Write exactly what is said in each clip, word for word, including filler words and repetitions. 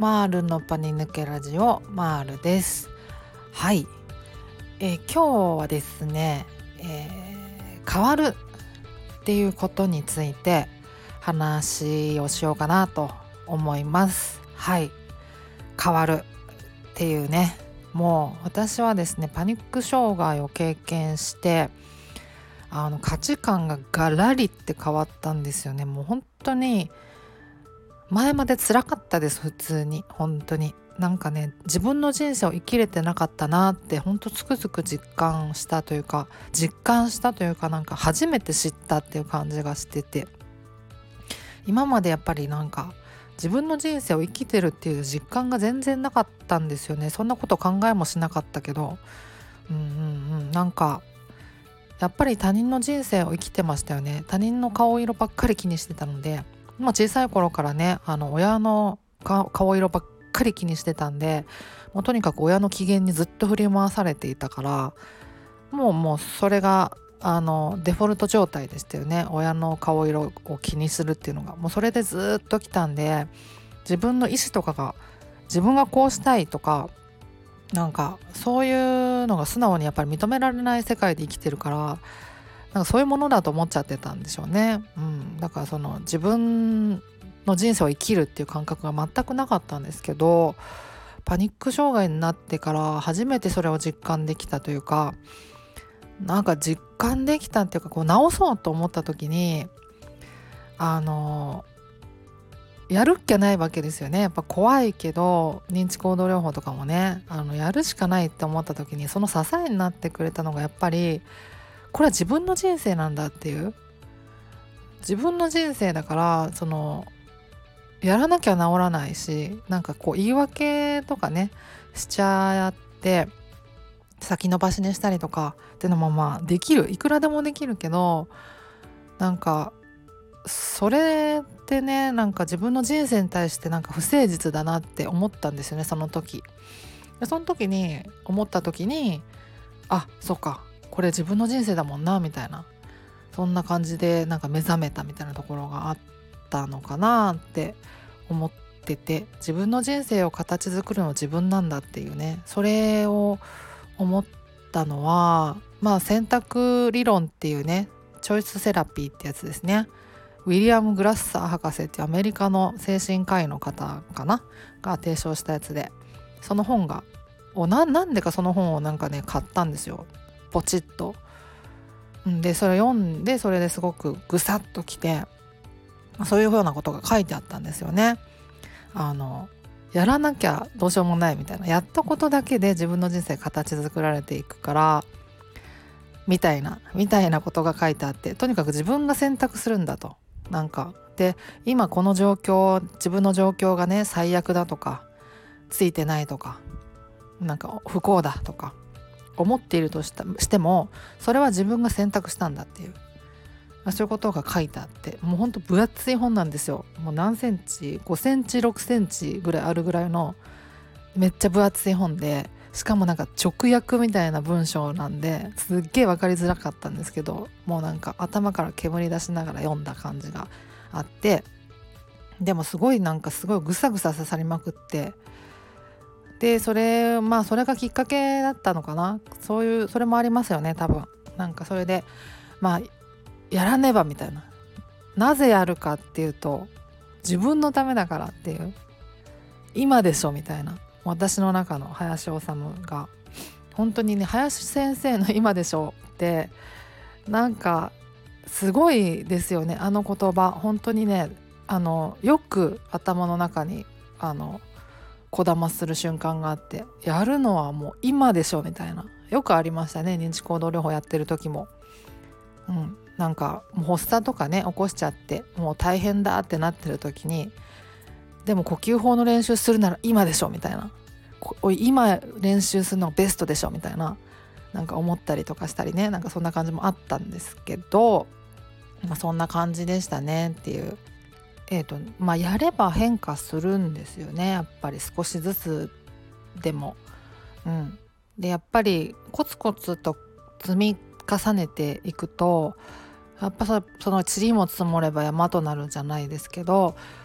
マールのパニ抜けラジオマールです。はい、えー、今日はですね、えー、変わるっていうことについて話をしようかなと思います。はい、変わるっていうね、もう私はですねパニック障害を経験してあの価値観がガラリって変わったんですよね。もう本当に前まで辛かったです。普通に本当になんかね、自分の人生を生きれてなかったなって本当つくづく実感したというか実感したというかなんか初めて知ったっていう感じがしてて、今までやっぱりなんか自分の人生を生きてるっていう実感が全然なかったんですよね。そんなこと考えもしなかったけど、うんうんうんなんかやっぱり他人の人生を生きてましたよね。他人の顔色ばっかり気にしてたので、まあ、小さい頃からねあの親の顔色ばっかり気にしてたんで、もうとにかく親の機嫌にずっと振り回されていたから、もうもうそれがあのデフォルト状態でしたよね。親の顔色を気にするっていうのがもうそれでずっと来たんで、自分の意思とかが自分がこうしたいとかなんかそういうのが素直にやっぱり認められない世界で生きてるから、なんかそういうものだと思っちゃってたんでしょうね。うん、だからその自分の人生を生きるっていう感覚が全くなかったんですけど、パニック障害になってから初めてそれを実感できたというか、なんか実感できたっていうかこう直そうと思った時にあのやるっきゃないわけですよね。やっぱ怖いけど認知行動療法とかもねあのやるしかないって思った時に、その支えになってくれたのがやっぱりこれは自分の人生なんだっていう、自分の人生だからそのやらなきゃ治らないし、なんかこう言い訳とかねしちゃって先延ばしにしたりとかっていうのもまあできる、いくらでもできるけど、なんかそれってねなんか自分の人生に対してなんか不誠実だなって思ったんですよね、その時。でその時に思った時にあそうかこれ自分の人生だもんなみたいな、そんな感じでなんか目覚めたみたいなところがあったのかなって思ってて、自分の人生を形作るのは自分なんだっていうね、それを思ったのはまあ選択理論っていうね、チョイスセラピーってやつですね。ウィリアム・グラッサー博士っていうアメリカの精神科医の方かなが提唱したやつで、その本がお な, なんでかその本をなんかね買ったんですよ、ポチッと。でそれ読んでそれですごくぐさっときて、そういうふうなことが書いてあったんですよね。あのやらなきゃどうしようもないみたいな、やったことだけで自分の人生形作られていくからみたいなみたいなことが書いてあって、とにかく自分が選択するんだと。なんかで今この状況、自分の状況がね最悪だとかついてないとかなんか不幸だとか思っているとしたしても、それは自分が選択したんだっていう、そういうことが書いてあって、もうほんと分厚い本なんですよ。もう何センチごセンチろくセンチぐらいあるぐらいのめっちゃ分厚い本で、しかもなんか直訳みたいな文章なんですっげえ分かりづらかったんですけど、もうなんか頭から煙出しながら読んだ感じがあって、でもすごいなんかすごいぐさぐさ刺さりまくって、でそれまあそれがきっかけだったのかな、そういうそれもありますよね多分。なんかそれでまあやらねばみたいな、なぜやるかっていうと自分のためだからっていう、今でしょみたいな、私の中の林修が本当にね、林先生の今でしょってなんかすごいですよね。あの言葉本当にね、あのよく頭の中にあのこだまする瞬間があって、やるのはもう今でしょみたいな、よくありましたね、認知行動療法やってる時も。うん、なんかもう発作とかね起こしちゃってもう大変だってなってる時に、でも呼吸法の練習するなら今でしょみたいな、おい今練習するのがベストでしょみたいな、なんか思ったりとかしたりね、なんかそんな感じもあったんですけど、まあ、そんな感じでしたねっていう。えーとまあ、やれば変化するんですよね、やっぱり少しずつでも。うん、でやっぱりコツコツと積み重ねていくと、やっぱ そ, その塵も積もれば山となるじゃないですけど、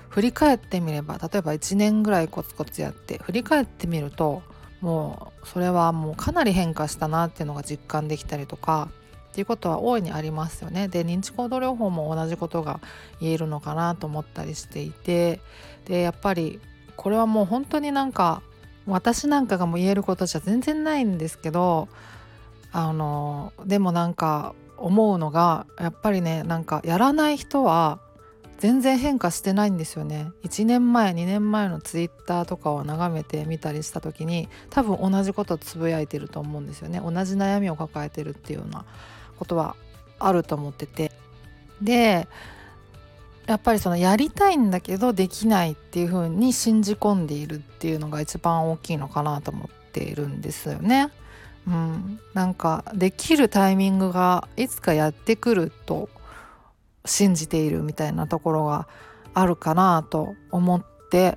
振り返ってみれば、例えばいちねんぐらいコツコツやって振り返ってみると、もうそれはもうかなり変化したなっていうのが実感できたりとかっていうことは大いにありますよね。で、認知行動療法も同じことが言えるのかなと思ったりしていて、でやっぱりこれはもう本当になんか私なんかがもう言えることじゃ全然ないんですけど、あのでもなんか思うのが、やっぱりね、なんかやらない人は全然変化してないんですよね。いちねんまえにねんまえのツイッターとかを眺めてみたりした時に、多分同じことつぶやいてると思うんですよね。同じ悩みを抱えてるっていうようなことはあると思ってて、でやっぱりそのやりたいんだけどできないっていう風に信じ込んでいるっていうのが一番大きいのかなと思っているんですよね。うん、なんかできるタイミングがいつかやってくると信じているみたいなところがあるかなと思って、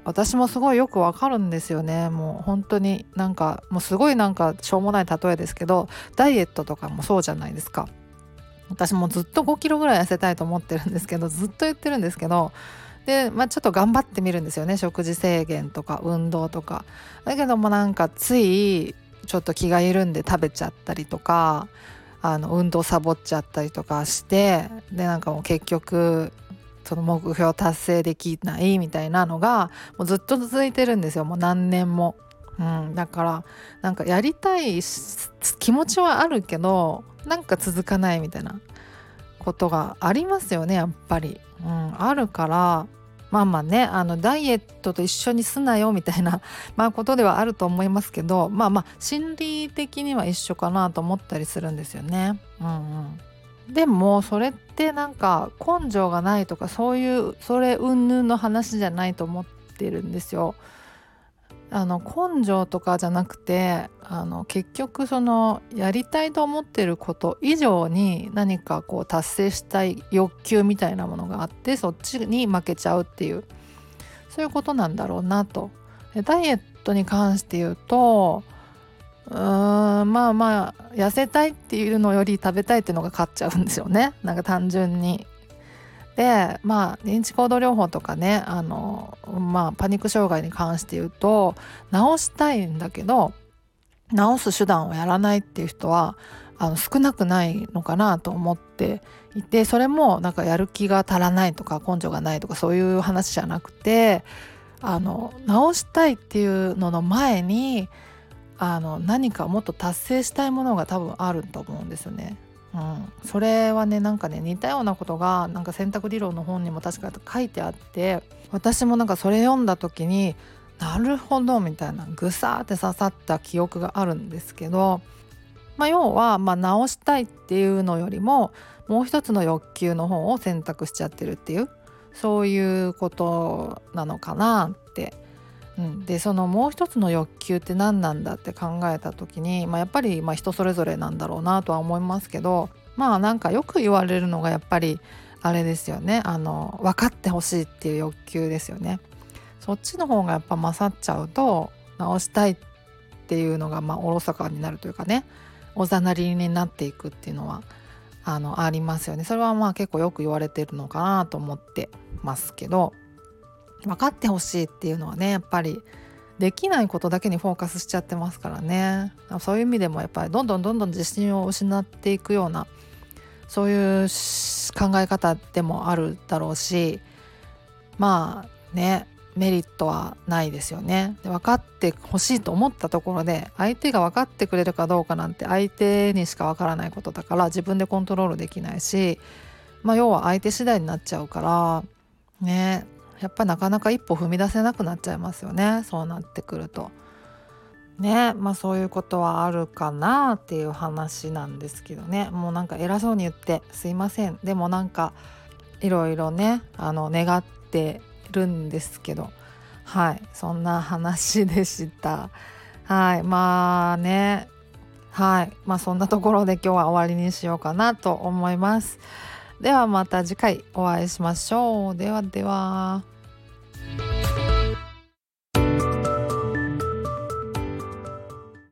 私もすごいよくわかるんですよね。もう本当になんかもうすごいなんかしょうもない例えですけど、ダイエットとかもそうじゃないですか。私もずっとごキロぐらい痩せたいと思ってるんですけど、ずっと言ってるんですけど、で、まあ、ちょっと頑張ってみるんですよね。食事制限とか運動とか。だけどもなんかついちょっと気が緩んで食べちゃったりとか、あの運動サボっちゃったりとかして、でなんかもう結局その目標達成できないみたいなのがもうずっと続いてるんですよ。もう何年も。うん、だからなんかやりたい気持ちはあるけどなんか続かないみたいなことがありますよね、やっぱり。うん、あるから、まあまあね、あのダイエットと一緒にすなよみたいなまあことではあると思いますけど、まあまあ心理的には一緒かなと思ったりするんですよね。うんうん。でもそれってなんか根性がないとかそういうそれ云々の話じゃないと思ってるんですよ。あの根性とかじゃなくて、あの結局そのやりたいと思ってること以上に何かこう達成したい欲求みたいなものがあって、そっちに負けちゃうっていう、そういうことなんだろうなと。でダイエットに関して言うと、うーんまあまあ痩せたいっていうのより食べたいっていうのが勝っちゃうんですよね、なんか単純に。でまあ認知行動療法とかね、あのまあパニック障害に関して言うと、治したいんだけど治す手段をやらないっていう人はあの少なくないのかなと思っていて、それもなんかやる気が足らないとか根性がないとかそういう話じゃなくて、あの治したいっていうのの前にあの何かもっと達成したいものが多分あると思うんですよね。うん、それはね、なんかね似たようなことがなんか選択理論の本にも確か書いてあって、私もなんかそれ読んだ時になるほどみたいなぐさーって刺さった記憶があるんですけど、まあ、要はまあ直したいっていうのよりももう一つの欲求の方を選択しちゃってるっていう、そういうことなのかなって。うん、でそのもう一つの欲求って何なんだって考えた時に、まあ、やっぱりまあ人それぞれなんだろうなとは思いますけど、まあなんかよく言われるのがやっぱりあれですよね、あの分かってほしいっていう欲求ですよね。そっちの方がやっぱ勝っちゃうと直したいっていうのがまあおろそかになるというかね、おざなりになっていくっていうのはあのありますよね。それはまあ結構よく言われてるのかなと思ってますけど、分かってほしいっていうのはね、やっぱりできないことだけにフォーカスしちゃってますからね。そういう意味でもやっぱりどんどんどんどん自信を失っていくようなそういう考え方でもあるだろうし、まあねメリットはないですよね。で分かってほしいと思ったところで相手が分かってくれるかどうかなんて相手にしか分からないことだから自分でコントロールできないし、まあ要は相手次第になっちゃうからね、やっぱなかなか一歩踏み出せなくなっちゃいますよね、そうなってくるとね。まあそういうことはあるかなっていう話なんですけどね。もうなんか偉そうに言ってすいません。でもなんかいろいろねあの願ってるんですけど、はいそんな話でした。はいまあねはいまあそんなところで今日は終わりにしようかなと思います。ではまた次回お会いしましょう。ではでは。